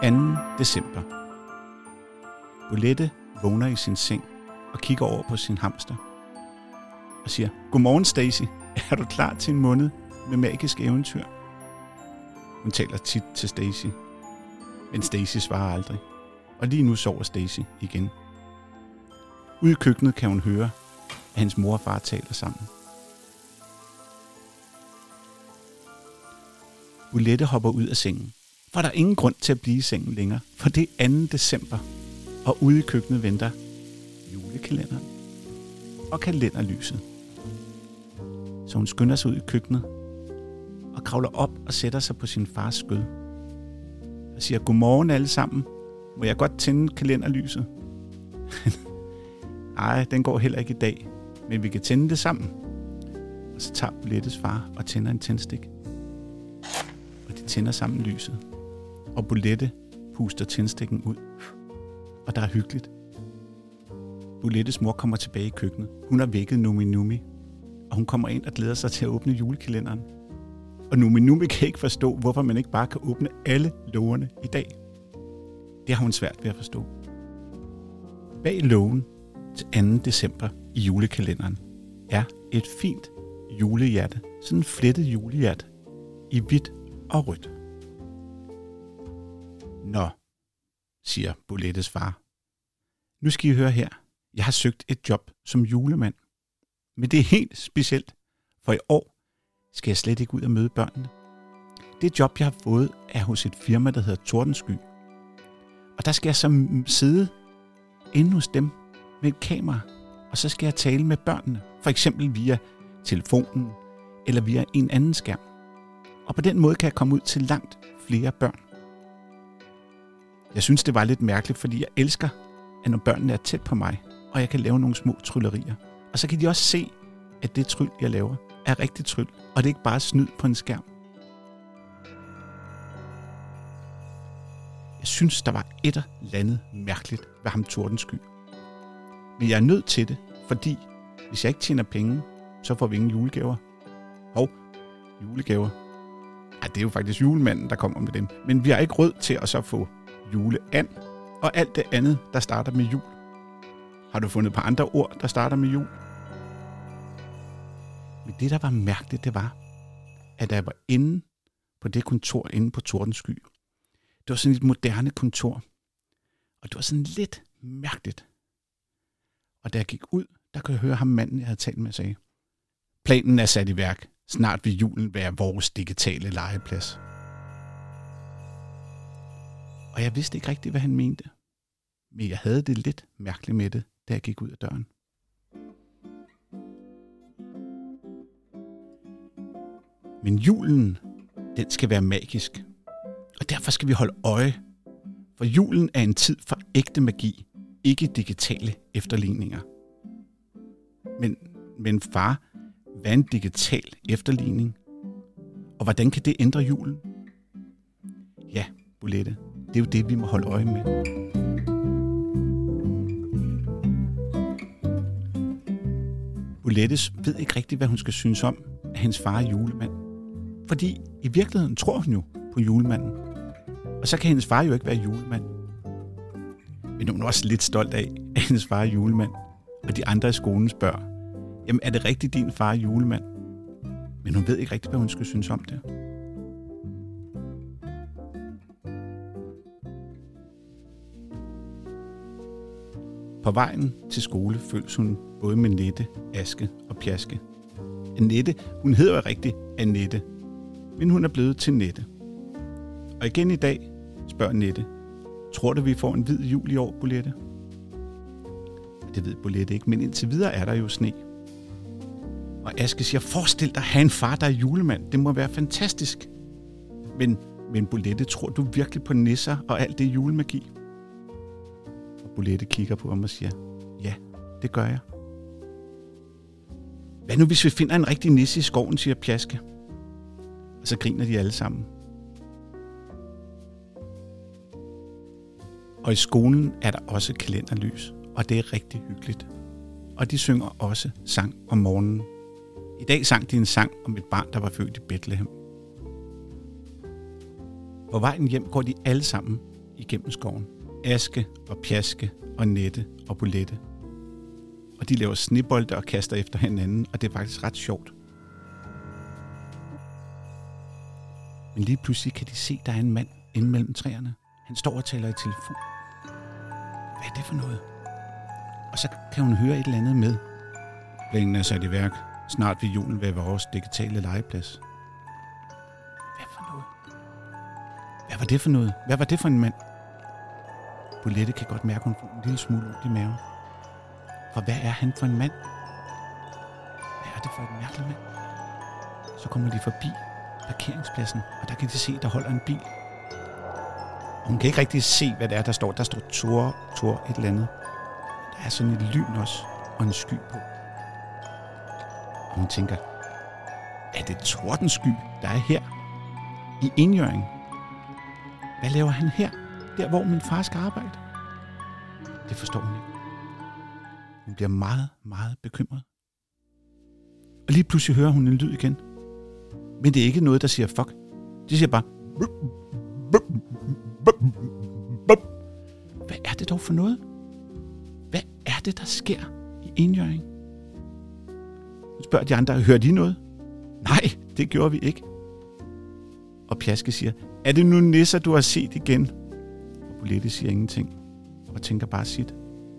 december. Bolette vågner i sin seng og kigger over på sin hamster og siger, godmorgen Stacy, er du klar til en måned med magiske eventyr? Hun taler tit til Stacy, men Stacy svarer aldrig, og lige nu sover Stacy igen. Ude i køkkenet kan hun høre, at hans mor og far taler sammen. Bolette hopper ud af sengen, for der er ingen grund til at blive i sengen længere, for det er 2. december, og ude i køkkenet venter julekalenderen og kalenderlyset. Så hun skynder sig ud i køkkenet og kravler op og sætter sig på sin fars skød og siger, godmorgen alle sammen, må jeg godt tænde kalenderlyset? Nej, den går heller ikke i dag, men vi kan tænde det sammen. Og så tager Bolettes far og tænder en tændstik. Og de tænder sammen lyset. Og Bolette puster tændstikken ud. Og der er hyggeligt. Bolettes mor kommer tilbage i køkkenet. Hun har vækket Numi Numi. Og hun kommer ind og glæder sig til at åbne julekalenderen. Og Numi Numi kan ikke forstå, hvorfor man ikke bare kan åbne alle lågerne i dag. Det har hun svært ved at forstå. Bag lågen til 2. december i julekalenderen er et fint julehjerte. Sådan en flettet julehjerte i hvidt og rødt. Nå, siger Bolettes far. Nu skal I høre her. Jeg har søgt et job som julemand. Men det er helt specielt, for i år skal jeg slet ikke ud og møde børnene. Det job, jeg har fået, er hos et firma, der hedder Tordensky. Og der skal jeg så sidde inde hos dem med et kamera, og så skal jeg tale med børnene, for eksempel via telefonen eller via en anden skærm. Og på den måde kan jeg komme ud til langt flere børn. Jeg synes, det var lidt mærkeligt, fordi jeg elsker, at når børnene er tæt på mig, og jeg kan lave nogle små tryllerier. Og så kan de også se, at det tryl, jeg laver, er rigtig tryl, og det er ikke bare snyd på en skærm. Jeg synes, der var et eller andet mærkeligt ved ham Tordensky. Men jeg er nødt til det, fordi hvis jeg ikke tjener penge, så får vi ingen julegaver. Julegaver. Ej, det er jo faktisk julemanden, der kommer med dem. Men vi har ikke råd til at så få juleand og alt det andet, der starter med jul. Har du fundet på andre ord, der starter med jul? Men det, der var mærkeligt, det var, at da jeg var inde på det kontor inde på Tordensky, det var sådan et moderne kontor, og det var sådan lidt mærkeligt. Og da jeg gik ud, der kunne jeg høre ham manden, jeg havde talt med, sige, planen er sat i værk. Snart vil julen være vores digitale legeplads. Og jeg vidste ikke rigtigt, hvad han mente. Men jeg havde det lidt mærkeligt med det, da jeg gik ud af døren. Men julen, den skal være magisk. Og derfor skal vi holde øje. For julen er en tid for ægte magi, ikke digitale efterligninger. Men far, hvad er en digital efterligning? Og hvordan kan det ændre julen? Ja, Bolette, det er jo det, vi må holde øje med. Bolette ved ikke rigtigt, hvad hun skal synes om, at hendes far er julemand. Fordi i virkeligheden tror hun jo på julemanden. Og så kan hendes far jo ikke være julemand. Men hun er også lidt stolt af, at hendes far er julemand. Og de andre i skolen spørger, jamen er det rigtigt, din far er julemand? Men hun ved ikke rigtigt, hvad hun skal synes om det. På vejen til skole følges hun både med Nette, Aske og Pjaske. Annette, hun hedder jo rigtigt Annette, men hun er blevet til Nette. Og igen i dag spørger Nette, tror du, vi får en hvid jul i år, Bolette? Det ved Bolette ikke, men indtil videre er der jo sne. Og Aske siger, forestil dig at have en far, der er julemand. Det må være fantastisk. Men Bolette, tror du virkelig på nisser og alt det julemagi? Og Bolette kigger på ham og siger, ja, det gør jeg. Hvad nu, hvis vi finder en rigtig nisse i skoven, siger Pjaske. Og så griner de alle sammen. Og i skolen er der også kalenderlys, og det er rigtig hyggeligt. Og de synger også sang om morgenen. I dag sang de en sang om et barn, der var født i Bethlehem. På vejen hjem går de alle sammen igennem skoven. Aske og Pjaske og Nette og Bolette. Og de laver snebolde og kaster efter hinanden, og det er faktisk ret sjovt. Men lige pludselig kan de se, at der er en mand inde mellem træerne. Han står og taler i telefon. Hvad er det for noget? Og så kan hun høre et eller andet med. Planen er sat i værk. Snart vil julen være vores digitale legeplads. Hvad for noget? Hvad var det for noget? Hvad var det for en mand? Bolette kan godt mærke, at hun får en lille smule ondt i maven. For hvad er han for en mand? Hvad er det for en mærkelig mand? Så kommer de forbi parkeringspladsen, og der kan de se, at der holder en bil. Og hun kan ikke rigtig se, hvad det er, der står. Der står Thor et eller andet. Der er sådan et lyn også, og en sky på. Og hun tænker, er det Tordensky, der er her i Enhjørring? Hvad laver han her, der hvor min far skal arbejde? Det forstår hun ikke. Hun bliver meget, meget bekymret. Og lige pludselig hører hun en lyd igen. Men det er ikke noget, der siger fuck. Det siger bare... Hvad er det dog for noget? Hvad er det, der sker i Enhjørring? Hun spørger de andre, hørte I noget? Nej, det gjorde vi ikke. Og Pjaske siger, er det nu nisser, du har set igen? Og Bolette siger ingenting, og tænker bare sit.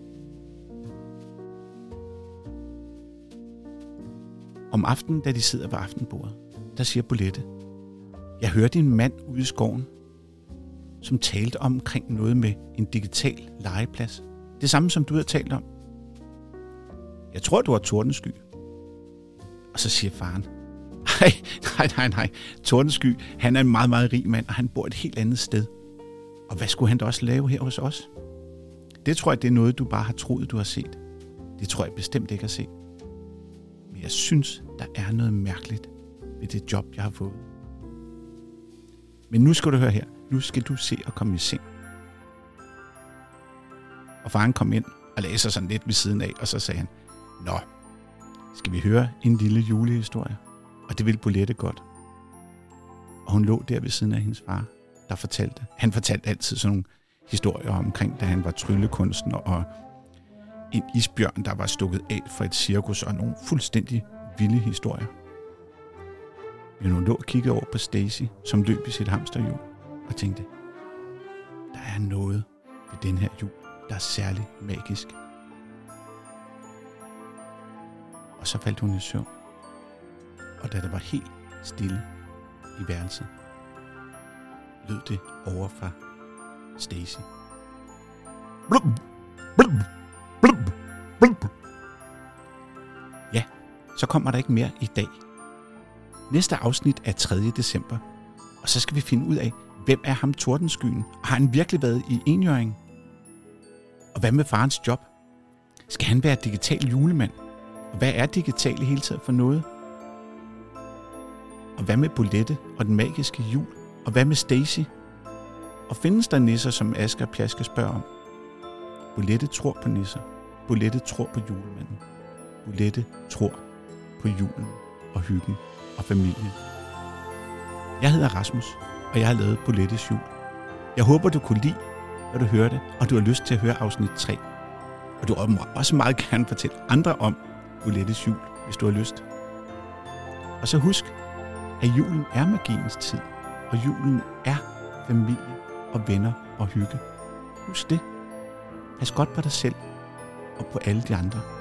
Om aftenen, da de sidder ved aftenbordet, der siger Bolette, jeg hørte en mand ude i skoven, som talte omkring noget med en digital legeplads. Det samme, som du havde talt om. Jeg tror, du har Tordensky. Og så siger faren, nej. Tordensky, han er en meget, meget rig mand, og han bor et helt andet sted. Og hvad skulle han da også lave her hos os? Det tror jeg, det er noget, du bare har troet, du har set. Det tror jeg bestemt ikke har set. Men jeg synes, der er noget mærkeligt ved det job, jeg har fået. Men nu skal du høre her. Nu skal du se at komme i seng. Og faren kom ind og lagde sig sådan lidt ved siden af, og så sagde han, nå, skal vi høre en lille julehistorie? Og det ville Bolette godt. Og hun lå der ved siden af hendes far, der fortalte. Han fortalte altid sådan nogle historier omkring, da han var tryllekunstner, og en isbjørn, der var stukket af for et cirkus, og nogle fuldstændig vilde historier. Men hun lå og kiggede over på Stacy, som løb i sit hamsterhjul, og tænkte, der er noget ved den her jul, der er særlig magisk. Og så faldt hun i søvn. Og da det var helt stille i værelset, lød det over fra Stacy. Ja, så kommer der ikke mere i dag. Næste afsnit er 3. december, og så skal vi finde ud af, hvem er ham Tordenskyen, og har han virkelig været i Enhjørring? Og hvad med farens job? Skal han være digital julemand? Og hvad er digital i hele taget for noget? Og hvad med Bolette og den magiske jul? Og hvad med Stacy? Og findes der nisser, som Aske og Pjaske spørger om? Bolette tror på nisser. Bolette tror på julemanden. Bolette tror på julen og hyggen og familien. Jeg hedder Rasmus, og jeg har lavet Bolettes jul. Jeg håber, du kunne lide, hvad du hørte, og du har lyst til at høre afsnit 3. Og du må også meget gerne fortælle andre om Bolettes jul, hvis du har lyst. Og så husk, at julen er magiens tid, og julen er familie og venner og hygge. Husk det. Pas godt på dig selv og på alle de andre.